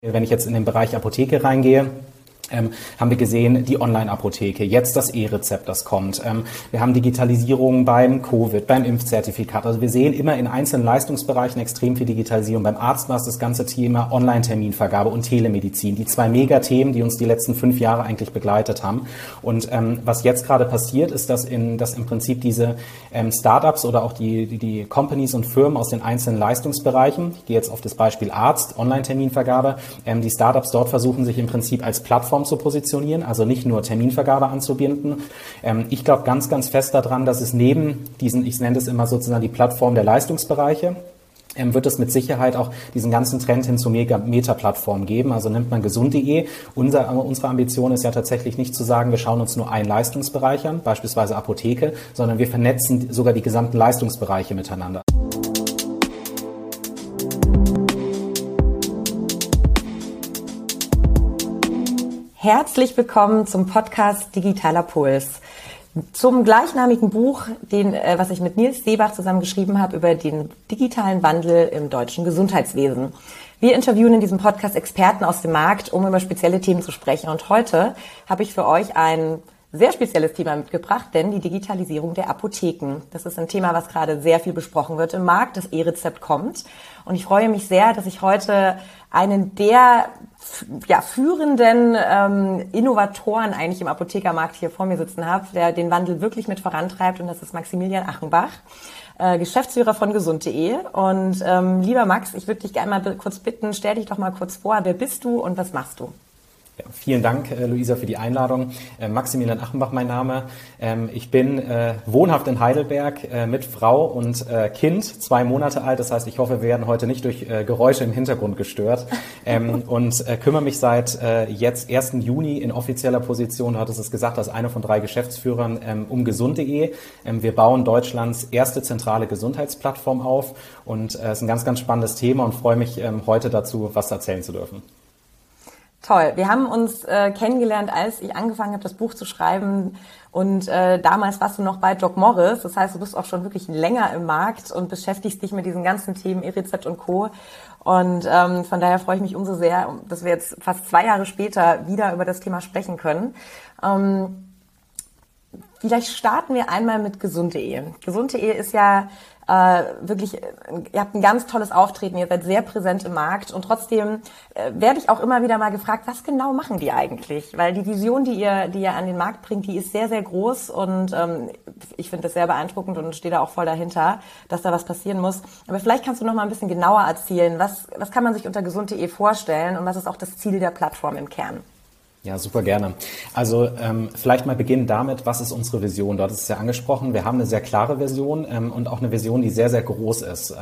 Wenn ich jetzt in den Bereich Apotheke reingehe, haben wir gesehen, die Online-Apotheke, jetzt das E-Rezept, das kommt. Wir haben Digitalisierung beim Covid, beim Impfzertifikat. Also wir sehen immer in einzelnen Leistungsbereichen extrem viel Digitalisierung. Beim Arzt war es das ganze Thema Online-Terminvergabe und Telemedizin. Die 2 Megathemen, die uns die letzten 5 Jahre eigentlich begleitet haben. Und was jetzt gerade passiert, ist, dass im Prinzip diese Startups oder auch die Companies und Firmen aus den einzelnen Leistungsbereichen, ich gehe jetzt auf das Beispiel Arzt, Online-Terminvergabe, die Startups dort versuchen, sich im Prinzip als Plattform zu positionieren, also nicht nur Terminvergabe anzubinden. Ich glaube ganz, ganz fest daran, dass es neben diesen, ich nenne es immer sozusagen die Plattform der Leistungsbereiche, wird es mit Sicherheit auch diesen ganzen Trend hin zu Meta-Plattformen geben. Also nimmt man gesund.de. Unsere Ambition ist ja tatsächlich nicht zu sagen, wir schauen uns nur einen Leistungsbereich an, beispielsweise Apotheke, sondern wir vernetzen sogar die gesamten Leistungsbereiche miteinander. Herzlich willkommen zum Podcast Digitaler Puls. Zum gleichnamigen Buch, was ich mit Nils Seebach zusammen geschrieben habe, über den digitalen Wandel im deutschen Gesundheitswesen. Wir interviewen in diesem Podcast Experten aus dem Markt, um über spezielle Themen zu sprechen. Und heute habe ich für euch ein sehr spezielles Thema mitgebracht, denn die Digitalisierung der Apotheken. Das ist ein Thema, was gerade sehr viel besprochen wird im Markt. Das E-Rezept kommt. Und ich freue mich sehr, dass ich heute einen der führenden Innovatoren eigentlich im Apothekermarkt hier vor mir sitzen habe, der den Wandel wirklich mit vorantreibt. Und das ist Maximilian Achenbach, Geschäftsführer von gesund.de. Und lieber Max, ich würde dich gerne mal kurz bitten, stell dich doch mal kurz vor. Wer bist du und was machst du? Ja, vielen Dank, Luisa, für die Einladung. Maximilian Achenbach, mein Name. Ich bin wohnhaft in Heidelberg mit Frau und Kind, 2 Monate alt. Das heißt, ich hoffe, wir werden heute nicht durch Geräusche im Hintergrund gestört. Und kümmere mich seit jetzt 1. Juni in offizieller Position, du hattest es gesagt, als einer von 3 Geschäftsführern um gesund.de. Wir bauen Deutschlands erste zentrale Gesundheitsplattform auf. Und es ist ein ganz, ganz spannendes Thema und freue mich, heute dazu was erzählen zu dürfen. Toll. Wir haben uns kennengelernt, als ich angefangen habe, das Buch zu schreiben. Und damals warst du noch bei Doc Morris. Das heißt, du bist auch schon wirklich länger im Markt und beschäftigst dich mit diesen ganzen Themen E-Rezept und Co. Und von daher freue ich mich umso sehr, dass wir jetzt fast 2 Jahre später wieder über das Thema sprechen können. Vielleicht starten wir einmal mit gesund.de. Gesund.de ist ja wirklich, ihr habt ein ganz tolles Auftreten, ihr seid sehr präsent im Markt und trotzdem werde ich auch immer wieder mal gefragt, was genau machen die eigentlich? Weil die Vision, die ihr an den Markt bringt, die ist sehr, sehr groß und ich finde das sehr beeindruckend und stehe da auch voll dahinter, dass da was passieren muss. Aber vielleicht kannst du noch mal ein bisschen genauer erzählen, was kann man sich unter gesund.de vorstellen und was ist auch das Ziel der Plattform im Kern? Ja, super gerne. Also vielleicht mal beginnen damit, was ist unsere Vision? Du hattest es ja angesprochen, wir haben eine sehr klare Vision und auch eine Vision, die sehr, sehr groß ist.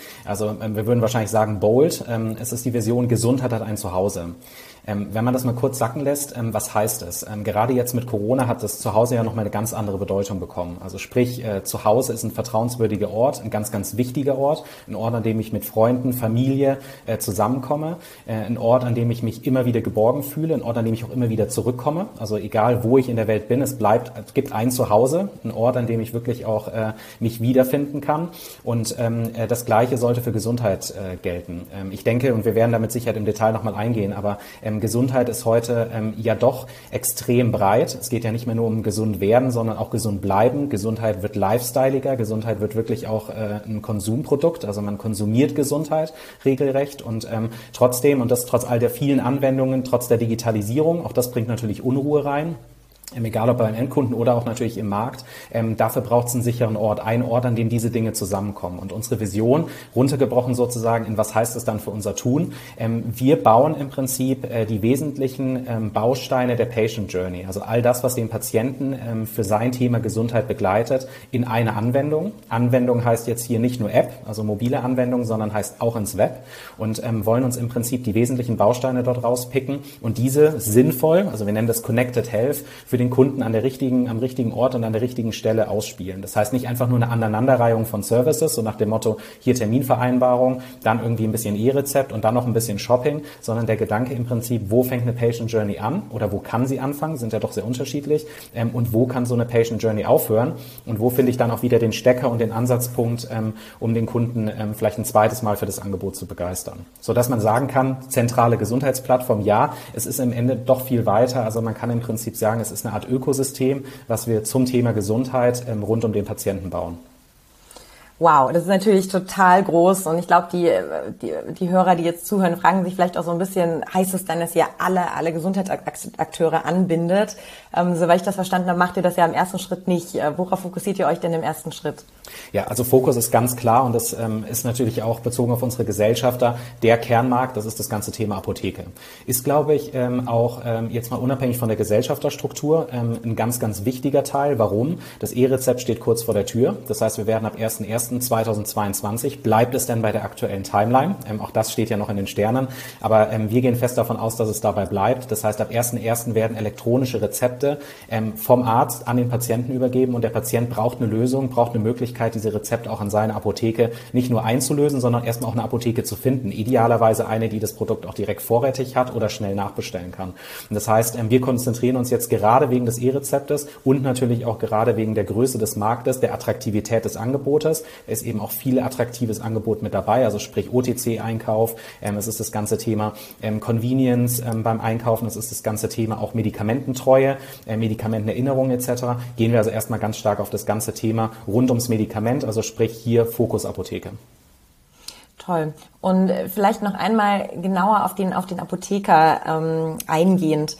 Wir würden wahrscheinlich sagen bold. Es ist die Vision, Gesundheit hat ein Zuhause. Wenn man das mal kurz sacken lässt, was heißt es? Gerade jetzt mit Corona hat das Zuhause ja nochmal eine ganz andere Bedeutung bekommen. Also sprich, Zuhause ist ein vertrauenswürdiger Ort, ein ganz, ganz wichtiger Ort, ein Ort, an dem ich mit Freunden, Familie zusammenkomme, ein Ort, an dem ich mich immer wieder geborgen fühle, ein Ort, an dem ich auch immer wieder zurückkomme. Also egal, wo ich in der Welt bin, es gibt ein Zuhause, ein Ort, an dem ich wirklich auch mich wiederfinden kann. Und das Gleiche sollte für Gesundheit gelten. Ich denke, und wir werden da mit Sicherheit im Detail nochmal eingehen, aber Gesundheit ist heute ja doch extrem breit. Es geht ja nicht mehr nur um gesund werden, sondern auch gesund bleiben. Gesundheit wird lifestyleiger. Gesundheit wird wirklich auch ein Konsumprodukt. Also man konsumiert Gesundheit regelrecht und trotzdem, und das trotz all der vielen Anwendungen, trotz der Digitalisierung, auch das bringt natürlich Unruhe rein. Egal ob beim Endkunden oder auch natürlich im Markt, dafür braucht es einen sicheren Ort, einen Ort, an dem diese Dinge zusammenkommen. Und unsere Vision, runtergebrochen sozusagen, in was heißt es dann für unser Tun? Wir bauen im Prinzip die wesentlichen Bausteine der Patient Journey, also all das, was den Patienten für sein Thema Gesundheit begleitet, in eine Anwendung. Anwendung heißt jetzt hier nicht nur App, also mobile Anwendung, sondern heißt auch ins Web und wollen uns im Prinzip die wesentlichen Bausteine dort rauspicken und diese sinnvoll, also wir nennen das Connected Health, für für den Kunden am richtigen Ort und an der richtigen Stelle ausspielen. Das heißt nicht einfach nur eine Aneinanderreihung von Services, so nach dem Motto, hier Terminvereinbarung, dann irgendwie ein bisschen E-Rezept und dann noch ein bisschen Shopping, sondern der Gedanke im Prinzip, wo fängt eine Patient Journey an oder wo kann sie anfangen, sind ja doch sehr unterschiedlich, und wo kann so eine Patient Journey aufhören und wo finde ich dann auch wieder den Stecker und den Ansatzpunkt, um den Kunden vielleicht ein zweites Mal für das Angebot zu begeistern. Sodass man sagen kann, zentrale Gesundheitsplattform, ja, es ist im Ende doch viel weiter, also man kann im Prinzip sagen, es ist eine Art Ökosystem, was wir zum Thema Gesundheit rund um den Patienten bauen. Wow, das ist natürlich total groß und ich glaube, die Hörer, die jetzt zuhören, fragen sich vielleicht auch so ein bisschen, heißt es dann, dass ihr alle Gesundheitsakteure anbindet? Soweit ich das verstanden habe, macht ihr das ja im ersten Schritt nicht. Worauf fokussiert ihr euch denn im ersten Schritt? Ja, also Fokus ist ganz klar und das ist natürlich auch bezogen auf unsere Gesellschafter der Kernmarkt, das ist das ganze Thema Apotheke. Ist, glaube ich, auch jetzt mal unabhängig von der Gesellschafterstruktur ein ganz, ganz wichtiger Teil. Warum? Das E-Rezept steht kurz vor der Tür. Das heißt, wir werden ab 1.1.2022, bleibt es denn bei der aktuellen Timeline? Auch das steht ja noch in den Sternen. Aber wir gehen fest davon aus, dass es dabei bleibt. Das heißt, ab 1.1. werden elektronische Rezepte vom Arzt an den Patienten übergeben und der Patient braucht eine Lösung, braucht eine Möglichkeit, diese Rezepte auch an seine Apotheke nicht nur einzulösen, sondern erstmal auch eine Apotheke zu finden. Idealerweise eine, die das Produkt auch direkt vorrätig hat oder schnell nachbestellen kann. Und das heißt, wir konzentrieren uns jetzt gerade wegen des E-Rezeptes und natürlich auch gerade wegen der Größe des Marktes, der Attraktivität des Angebotes. Da ist eben auch viel attraktives Angebot mit dabei, also sprich OTC-Einkauf. Es ist das ganze Thema Convenience beim Einkaufen. Es ist das ganze Thema auch Medikamententreue, Medikamentenerinnerung etc. Gehen wir also erstmal ganz stark auf das ganze Thema rund ums Medikament, also sprich hier Fokus Apotheke. Toll. Und vielleicht noch einmal genauer auf den Apotheker eingehend.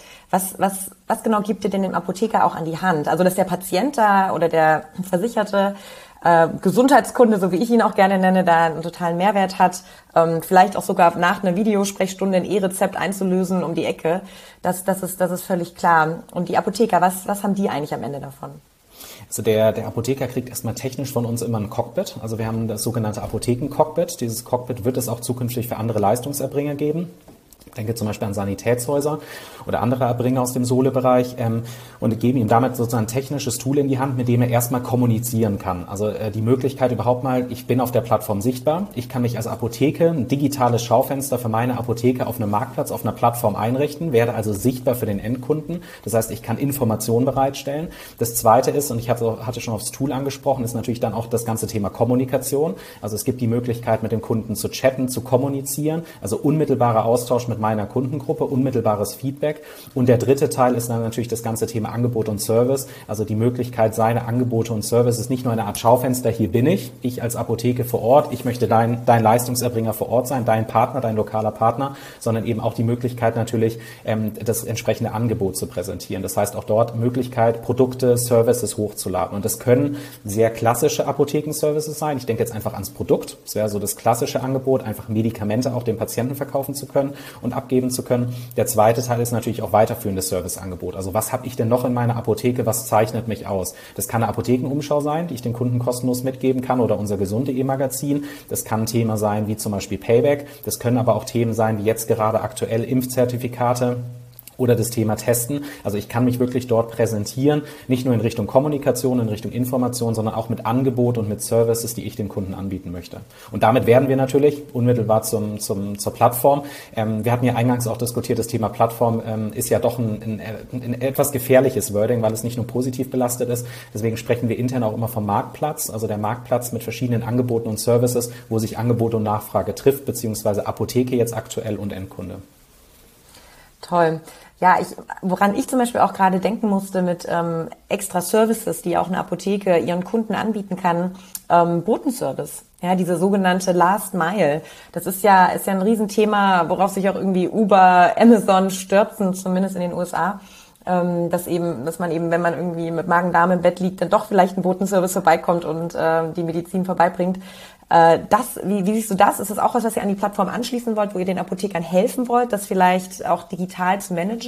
Was genau gibt ihr denn dem Apotheker auch an die Hand? Also dass der Patient da oder der Versicherte Gesundheitskunde, so wie ich ihn auch gerne nenne, da einen totalen Mehrwert hat, vielleicht auch sogar nach einer Videosprechstunde ein E-Rezept einzulösen um die Ecke. Das ist völlig klar. Und die Apotheker, was haben die eigentlich am Ende davon? Also der Apotheker kriegt erstmal technisch von uns immer ein Cockpit. Also wir haben das sogenannte Apotheken-Cockpit. Dieses Cockpit wird es auch zukünftig für andere Leistungserbringer geben. Ich denke zum Beispiel an Sanitätshäuser oder andere Erbringer aus dem Sohle-Bereich und geben ihm damit sozusagen ein technisches Tool in die Hand, mit dem er erstmal kommunizieren kann. Also die Möglichkeit überhaupt mal, ich bin auf der Plattform sichtbar, ich kann mich als Apotheke, ein digitales Schaufenster für meine Apotheke auf einem Marktplatz, auf einer Plattform einrichten, werde also sichtbar für den Endkunden. Das heißt, ich kann Informationen bereitstellen. Das Zweite ist, und ich hatte schon aufs Tool angesprochen, ist natürlich dann auch das ganze Thema Kommunikation. Also es gibt die Möglichkeit, mit dem Kunden zu chatten, zu kommunizieren, also unmittelbarer Austausch mit meiner Kundengruppe, unmittelbares Feedback. Und der dritte Teil ist dann natürlich das ganze Thema Angebot und Service, also die Möglichkeit, seine Angebote und Services nicht nur eine Art Schaufenster, hier bin ich als Apotheke vor Ort, ich möchte dein Leistungserbringer vor Ort sein, dein Partner, dein lokaler Partner, sondern eben auch die Möglichkeit natürlich, das entsprechende Angebot zu präsentieren. Das heißt auch dort Möglichkeit, Produkte, Services hochzuladen. Und das können sehr klassische Apothekenservices sein. Ich denke jetzt einfach ans Produkt. Das wäre so das klassische Angebot, einfach Medikamente auch dem Patienten verkaufen zu können und abgeben zu können. Der zweite Teil ist natürlich auch weiterführendes Serviceangebot. Also was habe ich denn noch in meiner Apotheke, was zeichnet mich aus? Das kann eine Apothekenumschau sein, die ich den Kunden kostenlos mitgeben kann oder unser Gesund.de-Magazin. Das kann ein Thema sein wie zum Beispiel Payback. Das können aber auch Themen sein wie jetzt gerade aktuell Impfzertifikate oder das Thema Testen. Also ich kann mich wirklich dort präsentieren, nicht nur in Richtung Kommunikation, in Richtung Information, sondern auch mit Angebot und mit Services, die ich dem Kunden anbieten möchte. Und damit werden wir natürlich unmittelbar zur Plattform. Wir hatten ja eingangs auch diskutiert, das Thema Plattform ist ja doch ein etwas gefährliches Wording, weil es nicht nur positiv belastet ist. Deswegen sprechen wir intern auch immer vom Marktplatz, also der Marktplatz mit verschiedenen Angeboten und Services, wo sich Angebot und Nachfrage trifft, beziehungsweise Apotheke jetzt aktuell und Endkunde. Toll. Ja, woran ich zum Beispiel auch gerade denken musste mit extra Services, die auch eine Apotheke ihren Kunden anbieten kann, Botenservice. Ja, diese sogenannte Last Mile. Das ist ja ein Riesenthema, worauf sich auch irgendwie Uber, Amazon stürzen, zumindest in den USA. Dass man eben, wenn man irgendwie mit Magen-Darm im Bett liegt, dann doch vielleicht ein Botenservice vorbeikommt und die Medizin vorbeibringt. Wie siehst du das? Ist das auch was ihr an die Plattform anschließen wollt, wo ihr den Apothekern helfen wollt, das vielleicht auch digital zu managen?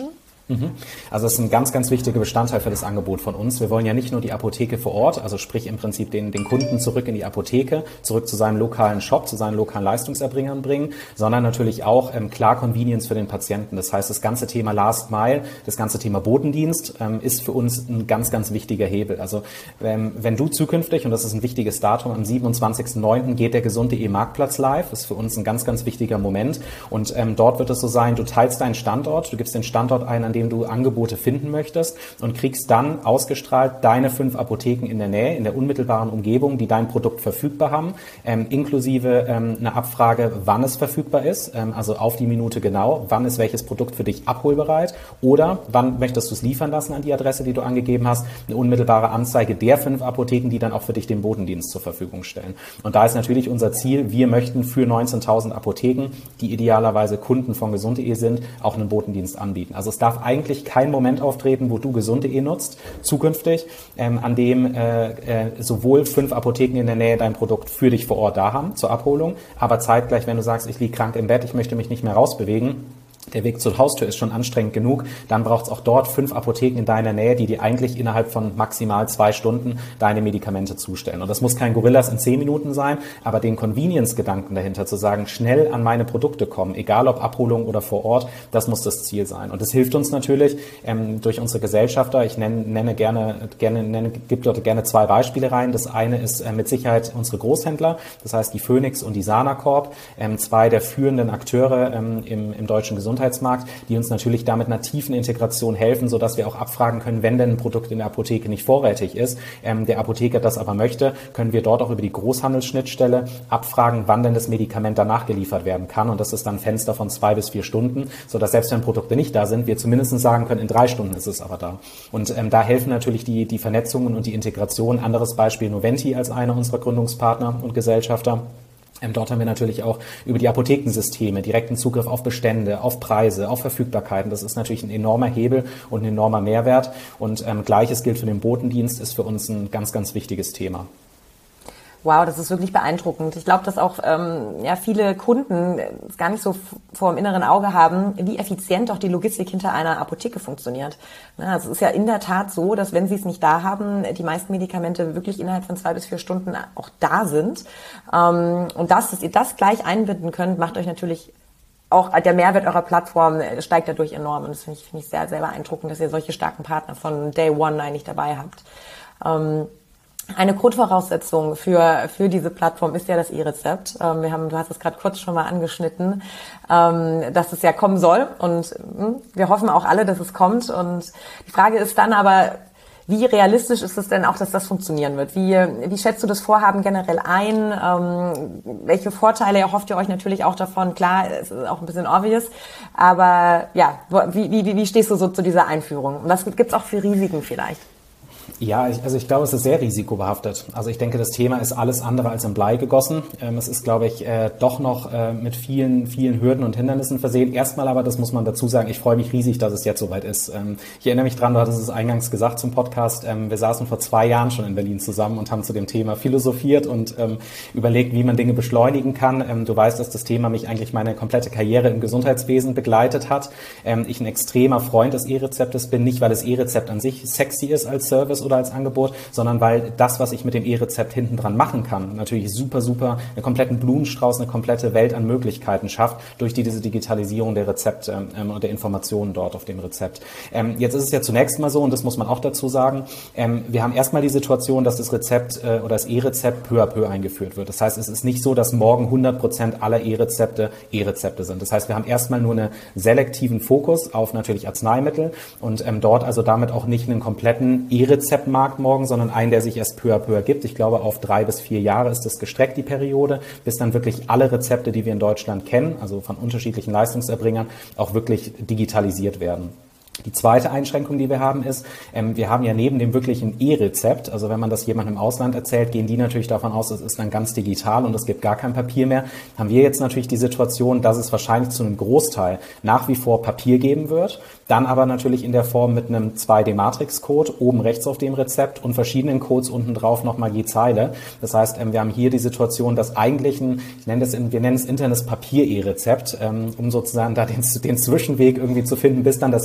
Also das ist ein ganz, ganz wichtiger Bestandteil für das Angebot von uns. Wir wollen ja nicht nur die Apotheke vor Ort, also sprich im Prinzip den Kunden zurück in die Apotheke, zurück zu seinem lokalen Shop, zu seinen lokalen Leistungserbringern bringen, sondern natürlich auch klar Convenience für den Patienten. Das heißt, das ganze Thema Last Mile, das ganze Thema Botendienst ist für uns ein ganz, ganz wichtiger Hebel. Also wenn du zukünftig, und das ist ein wichtiges Datum, am 27.09. geht der Gesund.de Marktplatz live, ist für uns ein ganz, ganz wichtiger Moment. Und dort wird es so sein, du teilst deinen Standort, du gibst den Standort ein, an dem du Angebote finden möchtest und kriegst dann ausgestrahlt deine 5 Apotheken in der Nähe, in der unmittelbaren Umgebung, die dein Produkt verfügbar haben, inklusive eine Abfrage, wann es verfügbar ist, also auf die Minute genau, wann ist welches Produkt für dich abholbereit oder wann möchtest du es liefern lassen an die Adresse, die du angegeben hast, eine unmittelbare Anzeige der 5 Apotheken, die dann auch für dich den Botendienst zur Verfügung stellen. Und da ist natürlich unser Ziel, wir möchten für 19.000 Apotheken, die idealerweise Kunden von Gesund.de sind, auch einen Botendienst anbieten. Also es darf eigentlich kein Moment auftreten, wo du Gesund.de nutzt, zukünftig, an dem sowohl 5 Apotheken in der Nähe dein Produkt für dich vor Ort da haben, zur Abholung, aber zeitgleich, wenn du sagst, ich liege krank im Bett, ich möchte mich nicht mehr rausbewegen, der Weg zur Haustür ist schon anstrengend genug, dann braucht es auch dort 5 Apotheken in deiner Nähe, die dir eigentlich innerhalb von maximal 2 Stunden deine Medikamente zustellen. Und das muss kein Gorillas in 10 Minuten sein, aber den Convenience-Gedanken dahinter zu sagen, schnell an meine Produkte kommen, egal ob Abholung oder vor Ort, das muss das Ziel sein. Und das hilft uns natürlich durch unsere Gesellschafter. Ich gebe dort gerne 2 Beispiele rein. Das eine ist mit Sicherheit unsere Großhändler, das heißt die Phoenix und die Sana Corp, 2 der führenden Akteure im deutschen Gesundheitsmarkt, die uns natürlich da mit einer tiefen Integration helfen, sodass wir auch abfragen können, wenn denn ein Produkt in der Apotheke nicht vorrätig ist, der Apotheker das aber möchte, können wir dort auch über die Großhandelsschnittstelle abfragen, wann denn das Medikament danach geliefert werden kann. Und das ist dann ein Fenster von 2 bis 4 Stunden, sodass selbst wenn Produkte nicht da sind, wir zumindest sagen können, in 3 Stunden ist es aber da. Und da helfen natürlich die Vernetzungen und die Integration. Anderes Beispiel Noventi als einer unserer Gründungspartner und Gesellschafter. Dort haben wir natürlich auch über die Apothekensysteme direkten Zugriff auf Bestände, auf Preise, auf Verfügbarkeiten. Das ist natürlich ein enormer Hebel und ein enormer Mehrwert. Und Gleiches gilt für den Botendienst, ist für uns ein ganz, ganz wichtiges Thema. Wow, das ist wirklich beeindruckend. Ich glaube, dass auch viele Kunden es gar nicht so vor dem inneren Auge haben, wie effizient auch die Logistik hinter einer Apotheke funktioniert. Also es ist ja in der Tat so, dass wenn sie es nicht da haben, die meisten Medikamente wirklich innerhalb von 2 bis 4 Stunden auch da sind. Und dass ihr das gleich einbinden könnt, macht euch natürlich auch der Mehrwert eurer Plattform steigt dadurch enorm. Und das finde ich sehr, sehr beeindruckend, dass ihr solche starken Partner von Day One eigentlich dabei habt. Eine Grundvoraussetzung für diese Plattform ist ja das E-Rezept. Du hast es gerade kurz schon mal angeschnitten, dass es ja kommen soll und wir hoffen auch alle, dass es kommt. Und die Frage ist dann aber, wie realistisch ist es denn auch, dass das funktionieren wird? Wie schätzt du das Vorhaben generell ein? Welche Vorteile erhofft ihr euch natürlich auch davon? Klar, es ist auch ein bisschen obvious, aber ja, wie stehst du so zu dieser Einführung? Und was gibt's auch für Risiken vielleicht? Ja, ich glaube, es ist sehr risikobehaftet. Also ich denke, das Thema ist alles andere als in Blei gegossen. Es ist, glaube ich, doch noch mit vielen, vielen Hürden und Hindernissen versehen. Erstmal aber, das muss man dazu sagen, ich freue mich riesig, dass es jetzt soweit ist. Ich erinnere mich dran, du hattest es eingangs gesagt zum Podcast, wir saßen vor 2 Jahren schon in Berlin zusammen und haben zu dem Thema philosophiert und überlegt, wie man Dinge beschleunigen kann. Du weißt, dass das Thema mich eigentlich meine komplette Karriere im Gesundheitswesen begleitet hat. Ich ein extremer Freund des E-Rezeptes bin, nicht weil das E-Rezept an sich sexy ist als Service oder als Angebot, sondern weil das, was ich mit dem E-Rezept hinten dran machen kann, natürlich super, super einen kompletten Blumenstrauß, eine komplette Welt an Möglichkeiten schafft durch diese Digitalisierung der Rezepte und der Informationen dort auf dem Rezept. Jetzt ist es ja zunächst mal so, und das muss man auch dazu sagen, wir haben erstmal die Situation, dass das Rezept oder das E-Rezept peu à peu eingeführt wird. Das heißt, es ist nicht so, dass morgen 100% aller E-Rezepte sind. Das heißt, wir haben erstmal nur einen selektiven Fokus auf natürlich Arzneimittel und dort also damit auch nicht einen kompletten E-Rezeptmarkt morgen, sondern einen, der sich erst peu à peu ergibt. Ich glaube, auf 3 bis 4 Jahre ist das gestreckt, die Periode, bis dann wirklich alle Rezepte, die wir in Deutschland kennen, also von unterschiedlichen Leistungserbringern, auch wirklich digitalisiert werden. Die zweite Einschränkung, die wir haben, ist, wir haben ja neben dem wirklichen E-Rezept, also wenn man das jemandem im Ausland erzählt, gehen die natürlich davon aus, es ist dann ganz digital und es gibt gar kein Papier mehr. Haben wir jetzt natürlich die Situation, dass es wahrscheinlich zu einem Großteil nach wie vor Papier geben wird, dann aber natürlich in der Form mit einem 2D-Matrix-Code oben rechts auf dem Rezept und verschiedenen Codes unten drauf nochmal je Zeile. Das heißt, wir haben hier die Situation, dass eigentlich wir nennen es internes Papier-E-Rezept, um sozusagen da den Zwischenweg irgendwie zu finden, bis dann das ganz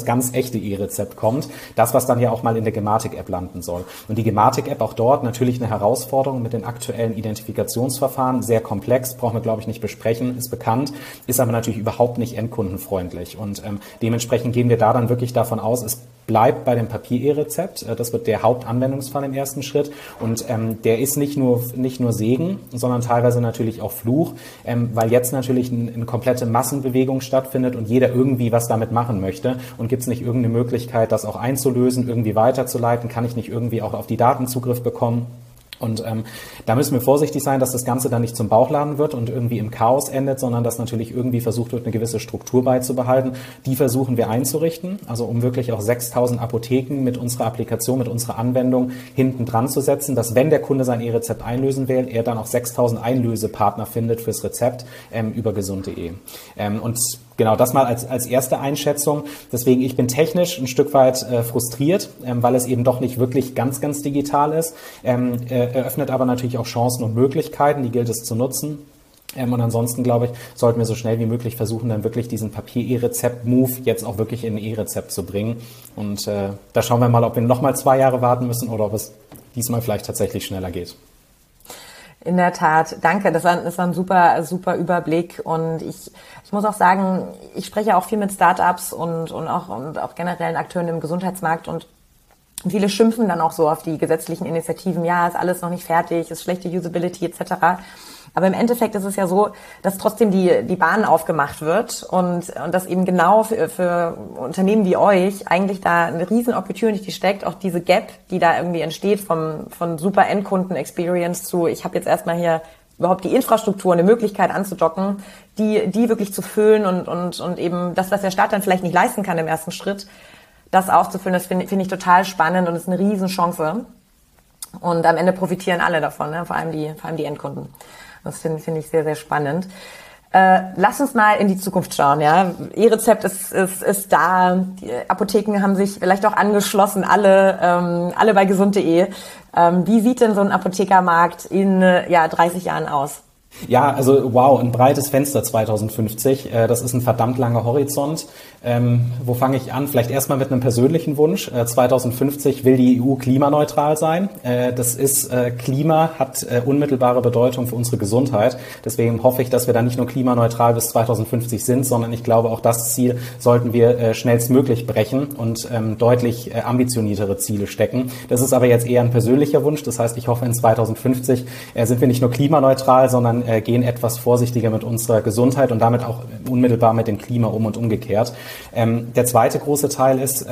echte E-Rezept kommt. Das, was dann ja auch mal in der Gematik-App landen soll. Und die Gematik-App, auch dort natürlich eine Herausforderung mit den aktuellen Identifikationsverfahren, sehr komplex, brauchen wir, glaube ich, nicht besprechen, ist bekannt, ist aber natürlich überhaupt nicht endkundenfreundlich. Und dementsprechend gehen wir da dann wirklich davon aus, es bleibt bei dem Papier-E-Rezept. Das wird der Hauptanwendungsfall im ersten Schritt. Und der ist nicht nur Segen, sondern teilweise natürlich auch Fluch, weil jetzt natürlich eine komplette Massenbewegung stattfindet und jeder irgendwie was damit machen möchte. Und gibt es nicht irgendeine Möglichkeit, das auch einzulösen, irgendwie weiterzuleiten? Kann ich nicht irgendwie auch auf die Daten Zugriff bekommen? Und da müssen wir vorsichtig sein, dass das Ganze dann nicht zum Bauchladen wird und irgendwie im Chaos endet, sondern dass natürlich irgendwie versucht wird, eine gewisse Struktur beizubehalten. Die versuchen wir einzurichten, also um wirklich auch 6.000 Apotheken mit unserer Applikation, mit unserer Anwendung hinten dran zu setzen, dass wenn der Kunde sein E-Rezept einlösen will, er dann auch 6.000 Einlösepartner findet fürs Rezept über gesund.de. Und genau, das mal als erste Einschätzung. Deswegen, ich bin technisch ein Stück weit frustriert, weil es eben doch nicht wirklich ganz, ganz digital ist. Eröffnet aber natürlich auch Chancen und Möglichkeiten, die gilt es zu nutzen. Und ansonsten, glaube ich, sollten wir so schnell wie möglich versuchen, dann wirklich diesen Papier-E-Rezept-Move jetzt auch wirklich in ein E-Rezept zu bringen. Und da schauen wir mal, ob wir nochmal 2 Jahre warten müssen oder ob es diesmal vielleicht tatsächlich schneller geht. In der Tat, danke. Das war ein super Überblick. Und ich muss auch sagen, ich spreche auch viel mit Startups und auch generellen Akteuren im Gesundheitsmarkt und viele schimpfen dann auch so auf die gesetzlichen Initiativen. Ja, ist alles noch nicht fertig, ist schlechte Usability etc. Aber im Endeffekt ist es ja so, dass trotzdem die Bahn aufgemacht wird und dass eben genau für Unternehmen wie euch eigentlich da eine riesen Opportunity steckt, auch diese Gap, die da irgendwie entsteht von super Endkunden-Experience zu, ich habe jetzt erstmal hier überhaupt die Infrastruktur, eine Möglichkeit anzudocken, die wirklich zu füllen und eben das, was der Staat dann vielleicht nicht leisten kann im ersten Schritt, das aufzufüllen, das finde ich total spannend und ist eine Riesenchance. Und am Ende profitieren alle davon, ne? Vor allem die Endkunden. Das finde ich sehr, sehr spannend. Lass uns mal in die Zukunft schauen. Ja, E-Rezept ist da. Die Apotheken haben sich vielleicht auch angeschlossen, alle bei gesund.de. Wie sieht denn so ein Apothekermarkt in 30 Jahren aus? Ja, also wow, ein breites Fenster 2050. Das ist ein verdammt langer Horizont. Wo fange ich an? Vielleicht erstmal mit einem persönlichen Wunsch. 2050 will die EU klimaneutral sein. Das ist Klima hat unmittelbare Bedeutung für unsere Gesundheit. Deswegen hoffe ich, dass wir da nicht nur klimaneutral bis 2050 sind, sondern ich glaube, auch das Ziel sollten wir schnellstmöglich brechen und deutlich ambitioniertere Ziele stecken. Das ist aber jetzt eher ein persönlicher Wunsch. Das heißt, ich hoffe, in 2050 sind wir nicht nur klimaneutral, sondern gehen etwas vorsichtiger mit unserer Gesundheit und damit auch unmittelbar mit dem Klima um und umgekehrt. Der zweite große Teil ist,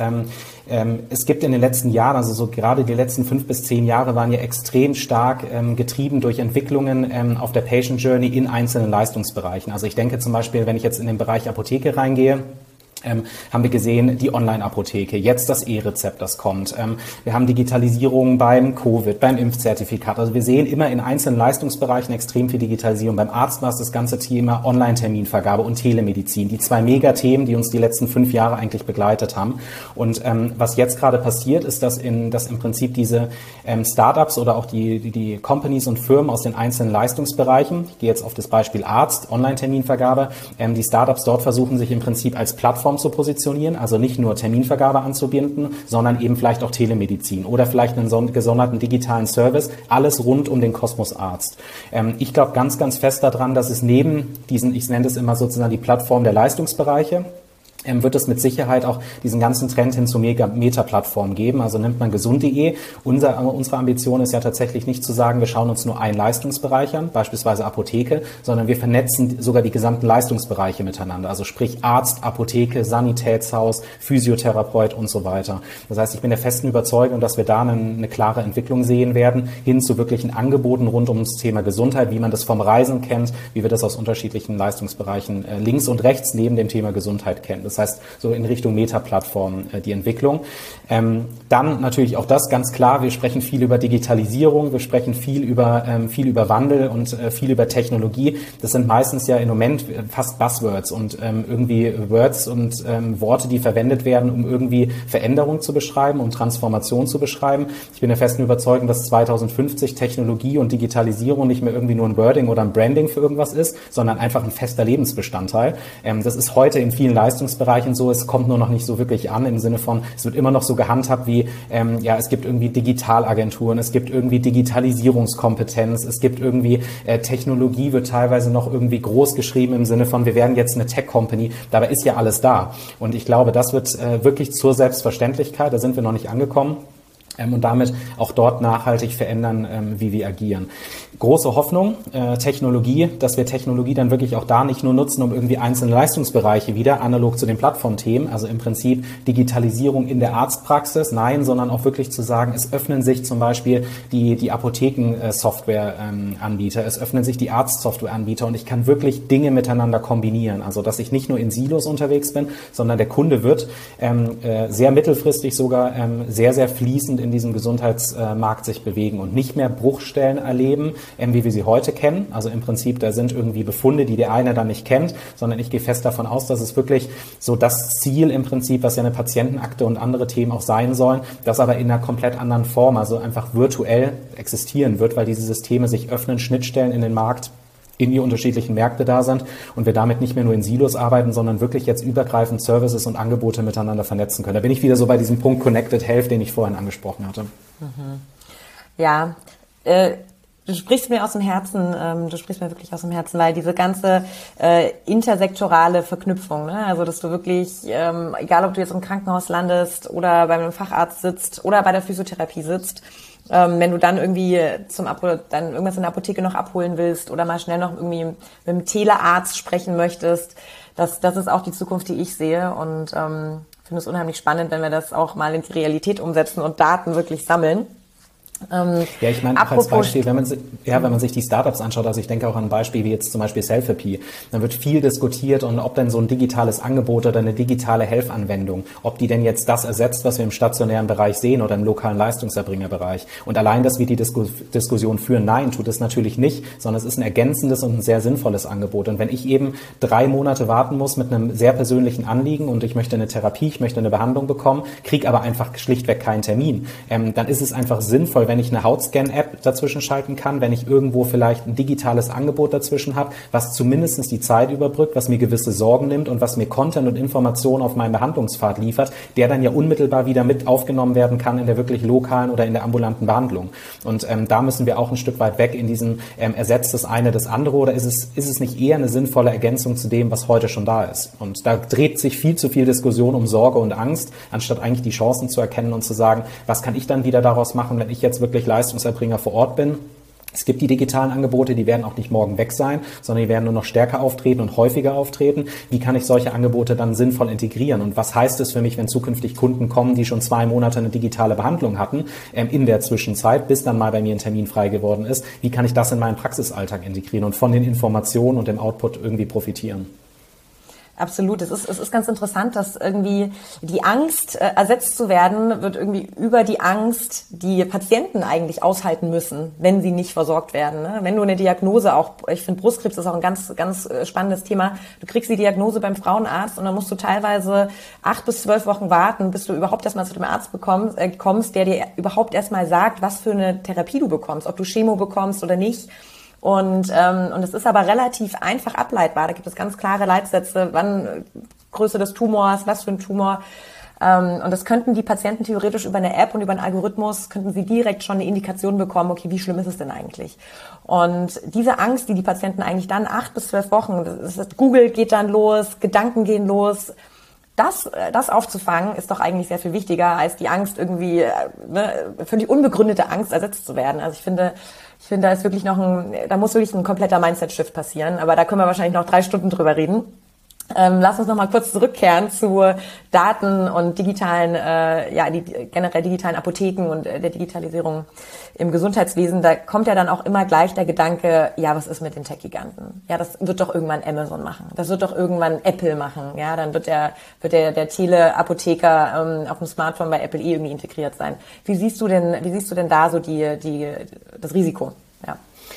es gibt in den letzten Jahren, also so gerade die letzten 5 bis 10 Jahre waren ja extrem stark getrieben durch Entwicklungen auf der Patient Journey in einzelnen Leistungsbereichen. Also ich denke zum Beispiel, wenn ich jetzt in den Bereich Apotheke reingehe, haben wir gesehen, die Online-Apotheke, jetzt das E-Rezept, das kommt. Wir haben Digitalisierung beim Covid, beim Impfzertifikat. Also wir sehen immer in einzelnen Leistungsbereichen extrem viel Digitalisierung. Beim Arzt war es das ganze Thema Online-Terminvergabe und Telemedizin. Die 2 Megathemen, die uns die letzten 5 Jahre eigentlich begleitet haben. Und was jetzt gerade passiert, ist, dass im Prinzip diese Startups oder auch die Companies und Firmen aus den einzelnen Leistungsbereichen, ich gehe jetzt auf das Beispiel Arzt, Online-Terminvergabe, die Startups dort versuchen sich im Prinzip als Plattform zu positionieren, also nicht nur Terminvergabe anzubinden, sondern eben vielleicht auch Telemedizin oder vielleicht einen gesonderten digitalen Service, alles rund um den Kosmos Arzt. Ich glaube ganz, ganz fest daran, dass es neben diesen, ich nenne das immer sozusagen die Plattform der Leistungsbereiche, wird es mit Sicherheit auch diesen ganzen Trend hin zu Meta-Plattformen geben. Also nimmt man gesund.de. Unsere Ambition ist ja tatsächlich nicht zu sagen, wir schauen uns nur einen Leistungsbereich an, beispielsweise Apotheke, sondern wir vernetzen sogar die gesamten Leistungsbereiche miteinander. Also sprich Arzt, Apotheke, Sanitätshaus, Physiotherapeut und so weiter. Das heißt, ich bin der festen Überzeugung, dass wir da eine klare Entwicklung sehen werden, hin zu wirklichen Angeboten rund um das Thema Gesundheit, wie man das vom Reisen kennt, wie wir das aus unterschiedlichen Leistungsbereichen links und rechts neben dem Thema Gesundheit kennen. Das heißt, so in Richtung Meta-Plattform die Entwicklung. Dann natürlich auch das ganz klar, wir sprechen viel über Digitalisierung, wir sprechen viel über Wandel und viel über Technologie. Das sind meistens ja im Moment fast Buzzwords und irgendwie Words und Worte, die verwendet werden, um irgendwie Veränderung zu beschreiben, um Transformation zu beschreiben. Ich bin der festen Überzeugung, dass 2050 Technologie und Digitalisierung nicht mehr irgendwie nur ein Wording oder ein Branding für irgendwas ist, sondern einfach ein fester Lebensbestandteil. Das ist heute in vielen Leistungsbereichen Gesundheitsbereich und so, es kommt nur noch nicht so wirklich an im Sinne von, es wird immer noch so gehandhabt wie, es gibt irgendwie Digitalagenturen, es gibt irgendwie Digitalisierungskompetenz, es gibt irgendwie Technologie wird teilweise noch irgendwie groß geschrieben im Sinne von, wir werden jetzt eine Tech-Company, dabei ist ja alles da. Und ich glaube, das wird wirklich zur Selbstverständlichkeit, da sind wir noch nicht angekommen. Und damit auch dort nachhaltig verändern, wie wir agieren. Große Hoffnung, Technologie, dass wir Technologie dann wirklich auch da nicht nur nutzen, um irgendwie einzelne Leistungsbereiche wieder, analog zu den Plattformthemen, also im Prinzip Digitalisierung in der Arztpraxis, nein, sondern auch wirklich zu sagen, es öffnen sich zum Beispiel die Apotheken-Software-Anbieter, es öffnen sich die Arzt-Software-Anbieter und ich kann wirklich Dinge miteinander kombinieren, also dass ich nicht nur in Silos unterwegs bin, sondern der Kunde wird sehr mittelfristig sogar sehr, sehr fließend in diesem Gesundheitsmarkt sich bewegen und nicht mehr Bruchstellen erleben, wie wir sie heute kennen. Also im Prinzip, da sind irgendwie Befunde, die der eine dann nicht kennt, sondern ich gehe fest davon aus, dass es wirklich so das Ziel im Prinzip, was ja eine Patientenakte und andere Themen auch sein sollen, das aber in einer komplett anderen Form, also einfach virtuell existieren wird, weil diese Systeme sich öffnen, Schnittstellen in den Markt in die unterschiedlichen Märkte da sind und wir damit nicht mehr nur in Silos arbeiten, sondern wirklich jetzt übergreifend Services und Angebote miteinander vernetzen können. Da bin ich wieder so bei diesem Punkt Connected Health, den ich vorhin angesprochen hatte. Ja, du sprichst mir aus dem Herzen, weil diese ganze intersektorale Verknüpfung, ne? Also dass du wirklich, egal ob du jetzt im Krankenhaus landest oder bei einem Facharzt sitzt oder bei der Physiotherapie sitzt, wenn du dann irgendwie dann irgendwas in der Apotheke noch abholen willst oder mal schnell noch irgendwie mit dem Telearzt sprechen möchtest, das ist auch die Zukunft, die ich sehe und finde es unheimlich spannend, wenn wir das auch mal in die Realität umsetzen und Daten wirklich sammeln. Ja, ich meine, auch als Beispiel, wenn man sich die Startups anschaut, also ich denke auch an ein Beispiel wie jetzt zum Beispiel Selfie, dann wird viel diskutiert und ob denn so ein digitales Angebot oder eine digitale Helfanwendung, ob die denn jetzt das ersetzt, was wir im stationären Bereich sehen oder im lokalen Leistungserbringerbereich. Und allein, dass wir die Diskussion führen, nein, tut es natürlich nicht, sondern es ist ein ergänzendes und ein sehr sinnvolles Angebot. Und wenn ich eben 3 Monate warten muss mit einem sehr persönlichen Anliegen und ich möchte eine Therapie, ich möchte eine Behandlung bekommen, kriege aber einfach schlichtweg keinen Termin, dann ist es einfach sinnvoll, wenn ich eine Hautscan-App dazwischen schalten kann, wenn ich irgendwo vielleicht ein digitales Angebot dazwischen habe, was zumindest die Zeit überbrückt, was mir gewisse Sorgen nimmt und was mir Content und Informationen auf meinem Behandlungspfad liefert, der dann ja unmittelbar wieder mit aufgenommen werden kann in der wirklich lokalen oder in der ambulanten Behandlung. Und da müssen wir auch ein Stück weit weg in diesem ersetzt das eine das andere oder ist es nicht eher eine sinnvolle Ergänzung zu dem, was heute schon da ist? Und da dreht sich viel zu viel Diskussion um Sorge und Angst, anstatt eigentlich die Chancen zu erkennen und zu sagen, was kann ich dann wieder daraus machen, wenn ich jetzt wirklich Leistungserbringer vor Ort bin. Es gibt die digitalen Angebote, die werden auch nicht morgen weg sein, sondern die werden nur noch stärker auftreten und häufiger auftreten. Wie kann ich solche Angebote dann sinnvoll integrieren? Und was heißt es für mich, wenn zukünftig Kunden kommen, die schon 2 Monate eine digitale Behandlung hatten, in der Zwischenzeit, bis dann mal bei mir ein Termin frei geworden ist? Wie kann ich das in meinen Praxisalltag integrieren und von den Informationen und dem Output irgendwie profitieren? Absolut. Es ist ganz interessant, dass irgendwie die Angst, ersetzt zu werden, wird irgendwie über die Angst, die Patienten eigentlich aushalten müssen, wenn sie nicht versorgt werden. Ne? Wenn du eine Diagnose auch, ich finde Brustkrebs ist auch ein ganz, ganz spannendes Thema. Du kriegst die Diagnose beim Frauenarzt und dann musst du teilweise 8 bis 12 Wochen warten, bis du überhaupt erstmal zu dem Arzt kommst, der dir überhaupt erstmal sagt, was für eine Therapie du bekommst, ob du Chemo bekommst oder nicht. Und es ist aber relativ einfach ableitbar. Da gibt es ganz klare Leitsätze, wann Größe des Tumors, was für ein Tumor. Und das könnten die Patienten theoretisch über eine App und über einen Algorithmus, könnten sie direkt schon eine Indikation bekommen, okay, wie schlimm ist es denn eigentlich? Und diese Angst, die Patienten eigentlich dann 8 bis 12 Wochen, Google geht dann los, Gedanken gehen los, das aufzufangen, ist doch eigentlich sehr viel wichtiger, als die Angst irgendwie, völlig unbegründete Angst ersetzt zu werden. Also ich finde, da ist wirklich da muss wirklich ein kompletter Mindset-Shift passieren. Aber da können wir wahrscheinlich noch 3 Stunden drüber reden. Lass uns noch mal kurz zurückkehren zu Daten und digitalen, generell digitalen Apotheken und der Digitalisierung im Gesundheitswesen. Da kommt ja dann auch immer gleich der Gedanke, ja, was ist mit den Tech-Giganten? Ja, das wird doch irgendwann Amazon machen. Das wird doch irgendwann Apple machen. Ja, dann wird der Teleapotheker auf dem Smartphone bei Apple irgendwie integriert sein. Wie siehst du denn da so das Risiko? Ja.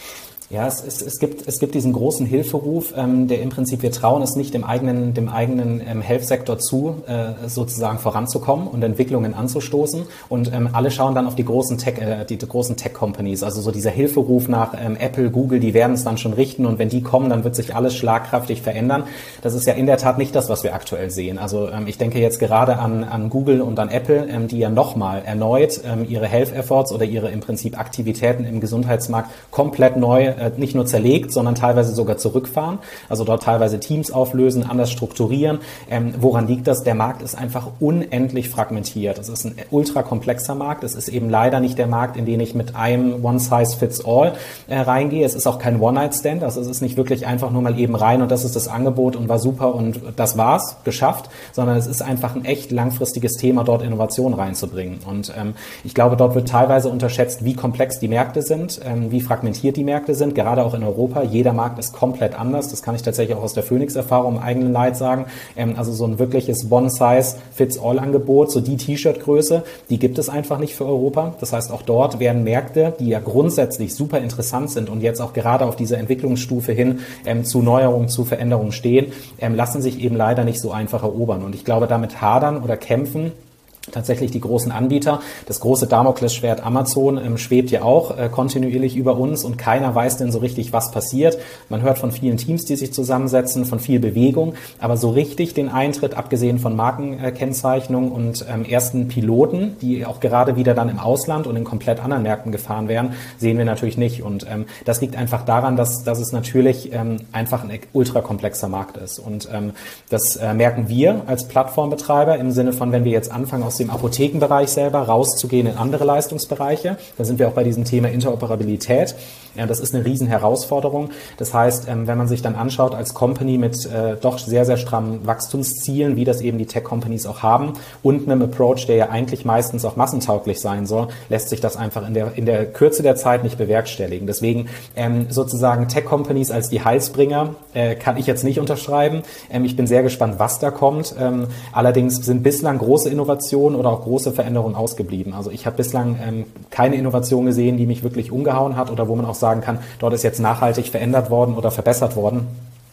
Ja, es gibt diesen großen Hilferuf, der im Prinzip, wir trauen es nicht dem eigenen Health-Sektor zu, sozusagen voranzukommen und Entwicklungen anzustoßen. Und alle schauen dann auf die großen Tech-Companies, also so dieser Hilferuf nach Apple, Google, die werden es dann schon richten und wenn die kommen, dann wird sich alles schlagkräftig verändern. Das ist ja in der Tat nicht das, was wir aktuell sehen. Also ich denke jetzt gerade an Google und an Apple, die ja nochmal erneut ihre Health-Efforts oder ihre im Prinzip Aktivitäten im Gesundheitsmarkt komplett neu nicht nur zerlegt, sondern teilweise sogar zurückfahren, also dort teilweise Teams auflösen, anders strukturieren. Woran liegt das? Der Markt ist einfach unendlich fragmentiert. Es ist ein ultra komplexer Markt. Es ist eben leider nicht der Markt, in den ich mit einem One-Size-Fits-All reingehe. Es ist auch kein One-Night-Stand. Also es ist nicht wirklich einfach nur mal eben rein und das ist das Angebot und war super und das war's, geschafft, sondern es ist einfach ein echt langfristiges Thema, dort Innovation reinzubringen. Und ich glaube, dort wird teilweise unterschätzt, wie komplex die Märkte sind, wie fragmentiert die Märkte sind, gerade auch in Europa. Jeder Markt ist komplett anders. Das kann ich tatsächlich auch aus der Phoenix-Erfahrung im eigenen Leid sagen. Also so ein wirkliches One-Size-Fits-All-Angebot, so die T-Shirt-Größe, die gibt es einfach nicht für Europa. Das heißt, auch dort werden Märkte, die ja grundsätzlich super interessant sind und jetzt auch gerade auf dieser Entwicklungsstufe hin zu Neuerungen, zu Veränderungen stehen, lassen sich eben leider nicht so einfach erobern. Und ich glaube, damit hadern oder kämpfen tatsächlich die großen Anbieter. Das große Damoklesschwert Amazon schwebt ja auch kontinuierlich über uns und keiner weiß denn so richtig, was passiert. Man hört von vielen Teams, die sich zusammensetzen, von viel Bewegung, aber so richtig den Eintritt, abgesehen von Markenkennzeichnung und ersten Piloten, die auch gerade wieder dann im Ausland und in komplett anderen Märkten gefahren werden, sehen wir natürlich nicht. Und das liegt einfach daran, dass es natürlich einfach ein ultrakomplexer Markt ist. Und das merken wir als Plattformbetreiber im Sinne von, wenn wir jetzt anfangen, aus dem Apothekenbereich selber rauszugehen in andere Leistungsbereiche. Da sind wir auch bei diesem Thema Interoperabilität. Ja, das ist eine riesen Herausforderung. Das heißt, wenn man sich dann anschaut als Company mit doch sehr, sehr strammen Wachstumszielen, wie das eben die Tech-Companies auch haben und einem Approach, der ja eigentlich meistens auch massentauglich sein soll, lässt sich das einfach in der Kürze der Zeit nicht bewerkstelligen. Deswegen sozusagen Tech-Companies als die Heilsbringer kann ich jetzt nicht unterschreiben. Ich bin sehr gespannt, was da kommt. Allerdings sind bislang große Innovationen oder auch große Veränderungen ausgeblieben. Also ich habe bislang keine Innovation gesehen, die mich wirklich umgehauen hat oder wo man auch sagen kann, dort ist jetzt nachhaltig verändert worden oder verbessert worden.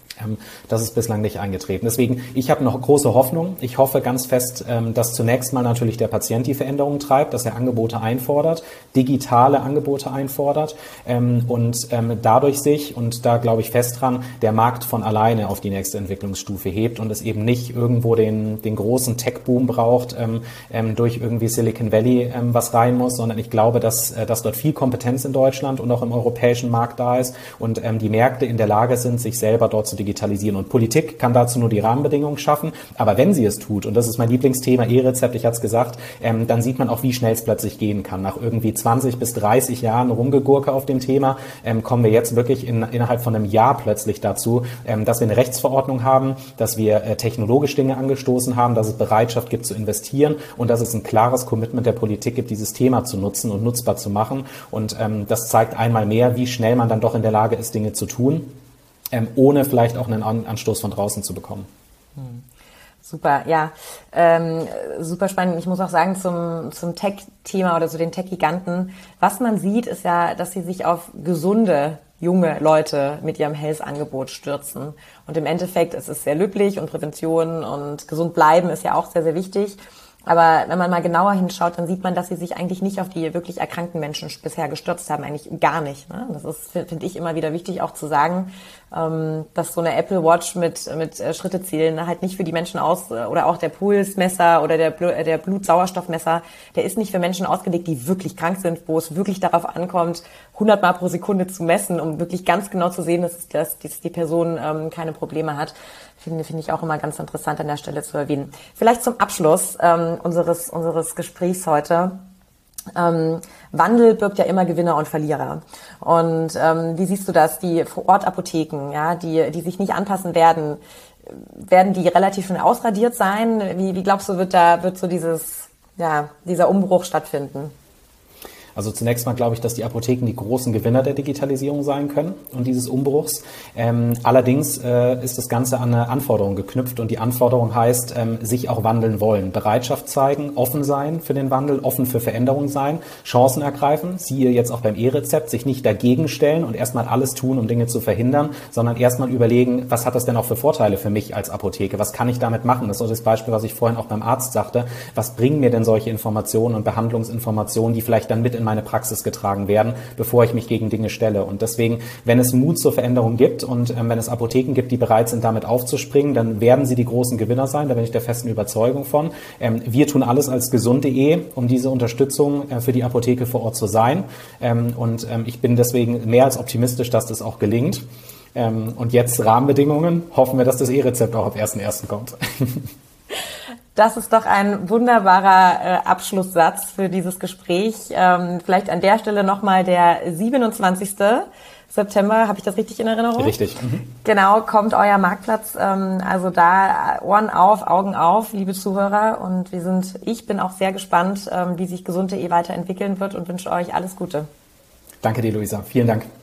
Das ist bislang nicht eingetreten. Deswegen, ich habe noch große Hoffnung. Ich hoffe ganz fest, dass zunächst mal natürlich der Patient die Veränderungen treibt, dass er Angebote einfordert, digitale Angebote einfordert und dadurch sich, und da glaube ich fest dran, der Markt von alleine auf die nächste Entwicklungsstufe hebt und es eben nicht irgendwo den großen Tech-Boom braucht, durch irgendwie Silicon Valley was rein muss, sondern ich glaube, dass dort viel Kompetenz in Deutschland und auch im europäischen Markt da ist und die Märkte in der Lage sind, sich selber dort zu digitalisieren. Und Politik kann dazu nur die Rahmenbedingungen schaffen. Aber wenn sie es tut, und das ist mein Lieblingsthema, E-Rezept, ich hatte es gesagt, dann sieht man auch, wie schnell es plötzlich gehen kann. Nach irgendwie 20 bis 30 Jahren Rumgegurke auf dem Thema kommen wir jetzt wirklich innerhalb von einem Jahr plötzlich dazu, dass wir eine Rechtsverordnung haben, dass wir technologisch Dinge angestoßen haben, dass es Bereitschaft gibt zu investieren und dass es ein klares Commitment der Politik gibt, dieses Thema zu nutzen und nutzbar zu machen. Und das zeigt einmal mehr, wie schnell man dann doch in der Lage ist, Dinge zu tun, ohne vielleicht auch einen Anstoß von draußen zu bekommen. Super, ja, super spannend. Ich muss auch sagen, zum Tech-Thema oder zu den Tech-Giganten, was man sieht, ist ja, dass sie sich auf gesunde, junge Leute mit ihrem Health-Angebot stürzen. Und im Endeffekt ist es sehr löblich und Prävention und gesund bleiben ist ja auch sehr, sehr wichtig. Aber wenn man mal genauer hinschaut, dann sieht man, dass sie sich eigentlich nicht auf die wirklich erkrankten Menschen bisher gestürzt haben, eigentlich gar nicht. Ne? Das ist, finde ich, immer wieder wichtig auch zu sagen, dass so eine Apple Watch mit Schrittezielen halt nicht für die Menschen oder auch der Pulsmesser oder der Blutsauerstoffmesser, der ist nicht für Menschen ausgelegt, die wirklich krank sind, wo es wirklich darauf ankommt, 100 Mal pro Sekunde zu messen, um wirklich ganz genau zu sehen, dass die Person keine Probleme hat. Finde ich auch immer ganz interessant an der Stelle zu erwähnen. Vielleicht zum Abschluss unseres Gesprächs heute. Wandel birgt ja immer Gewinner und Verlierer. Und wie siehst du das? Die Vor-Ort-Apotheken, ja, die sich nicht anpassen werden die relativ schnell ausradiert sein? Wie glaubst du, wird so dieser Umbruch stattfinden? Also zunächst mal glaube ich, dass die Apotheken die großen Gewinner der Digitalisierung sein können und dieses Umbruchs. Allerdings ist das Ganze an eine Anforderung geknüpft und die Anforderung heißt, sich auch wandeln wollen, Bereitschaft zeigen, offen sein für den Wandel, offen für Veränderung sein, Chancen ergreifen, siehe jetzt auch beim E-Rezept, sich nicht dagegen stellen und erstmal alles tun, um Dinge zu verhindern, sondern erstmal überlegen, was hat das denn auch für Vorteile für mich als Apotheke, was kann ich damit machen? Das ist so das Beispiel, was ich vorhin auch beim Arzt sagte, was bringen mir denn solche Informationen und Behandlungsinformationen, die vielleicht dann mit in meine Praxis getragen werden, bevor ich mich gegen Dinge stelle. Und deswegen, wenn es Mut zur Veränderung gibt und wenn es Apotheken gibt, die bereit sind, damit aufzuspringen, dann werden sie die großen Gewinner sein. Da bin ich der festen Überzeugung von. Wir tun alles als gesund.de, um diese Unterstützung für die Apotheke vor Ort zu sein. Und ich bin deswegen mehr als optimistisch, dass das auch gelingt. Und jetzt Rahmenbedingungen. Hoffen wir, dass das E-Rezept auch ab 1.1. kommt. Das ist doch ein wunderbarer Abschlusssatz für dieses Gespräch. Vielleicht an der Stelle nochmal der 27. September, habe ich das richtig in Erinnerung? Richtig. Genau, kommt euer Marktplatz. Also da Ohren auf, Augen auf, liebe Zuhörer. Und ich bin auch sehr gespannt, wie sich gesund.de weiterentwickeln wird und wünsche euch alles Gute. Danke dir, Luisa. Vielen Dank.